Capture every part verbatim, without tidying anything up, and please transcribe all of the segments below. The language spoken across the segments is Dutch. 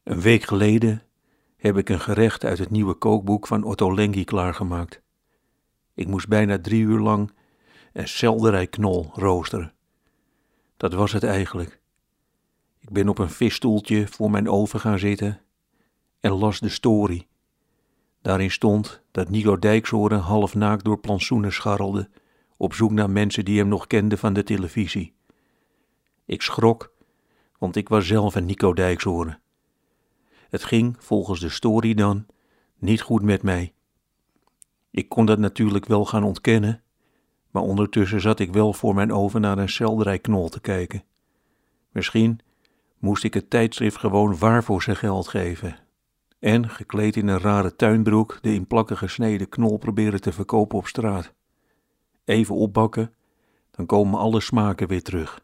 Een week geleden heb ik een gerecht uit het nieuwe kookboek van Otto Lengi klaargemaakt. Ik moest bijna drie uur lang een selderijknol roosteren. Dat was het eigenlijk. Ik ben op een visstoeltje voor mijn oven gaan zitten en las de story. Daarin stond dat Nico Dijkshoorn half naakt door plantsoenen scharrelde, op zoek naar mensen die hem nog kenden van de televisie. Ik schrok, want ik was zelf een Nico Dijkshoorn. Het ging, volgens de story dan, niet goed met mij. Ik kon dat natuurlijk wel gaan ontkennen, maar ondertussen zat ik wel voor mijn oven naar een selderijknol te kijken. Misschien moest ik het tijdschrift gewoon waar voor zijn geld geven en, gekleed in een rare tuinbroek, de in plakken gesneden knol proberen te verkopen op straat. Even opbakken, dan komen alle smaken weer terug.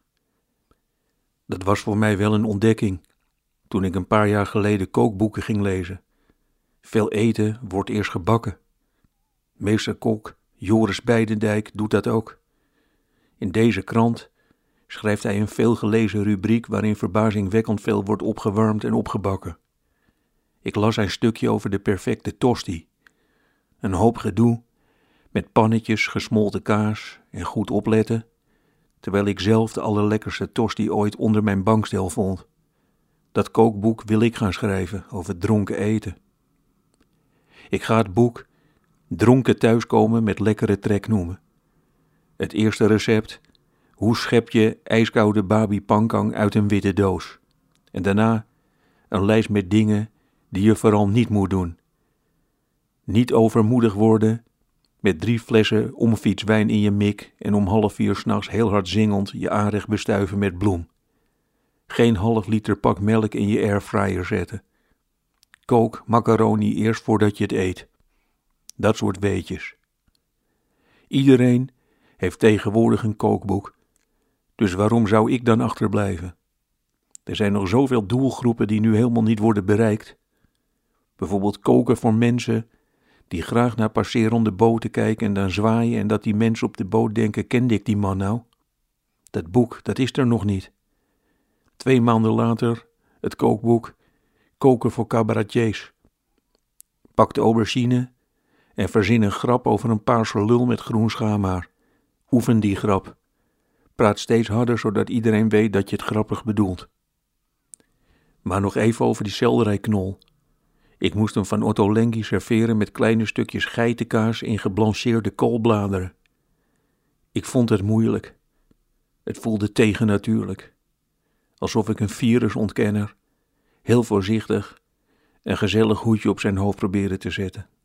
Dat was voor mij wel een ontdekking, toen ik een paar jaar geleden kookboeken ging lezen. Veel eten wordt eerst gebakken. Meester-kok Joris Beidendijk doet dat ook. In deze krant schrijft hij een veelgelezen rubriek waarin verbazingwekkend veel wordt opgewarmd en opgebakken. Ik las een stukje over de perfecte tosti. Een hoop gedoe, met pannetjes, gesmolten kaas en goed opletten, terwijl ik zelf de allerlekkerste tosti ooit onder mijn bankstel vond. Dat kookboek wil ik gaan schrijven over dronken eten. Ik ga het boek Dronken thuiskomen met lekkere trek noemen. Het eerste recept: hoe schep je ijskoude babi pankang uit een witte doos? En daarna een lijst met dingen die je vooral niet moet doen. Niet overmoedig worden met drie flessen omfietswijn in je mik en om half vier 's nachts heel hard zingend je aanrecht bestuiven met bloem. Geen half liter pak melk in je airfryer zetten. Kook macaroni eerst voordat je het eet. Dat soort weetjes. Iedereen heeft tegenwoordig een kookboek, dus waarom zou ik dan achterblijven? Er zijn nog zoveel doelgroepen die nu helemaal niet worden bereikt. Bijvoorbeeld koken voor mensen die graag naar passerende boten kijken en dan zwaaien en dat die mensen op de boot denken, kende ik die man nou? Dat boek, dat is er nog niet. Twee maanden later het kookboek Koken voor cabaretiers. Pak de aubergine en verzin een grap over een paarse lul met groen schaamhaar. Oefen die grap. Praat steeds harder zodat iedereen weet dat je het grappig bedoelt. Maar nog even over die selderijknol. Ik moest hem van Otto Lengi serveren met kleine stukjes geitenkaas in geblancheerde koolbladeren. Ik vond het moeilijk. Het voelde tegennatuurlijk. Alsof ik een virusontkenner, heel voorzichtig, een gezellig hoedje op zijn hoofd probeerde te zetten.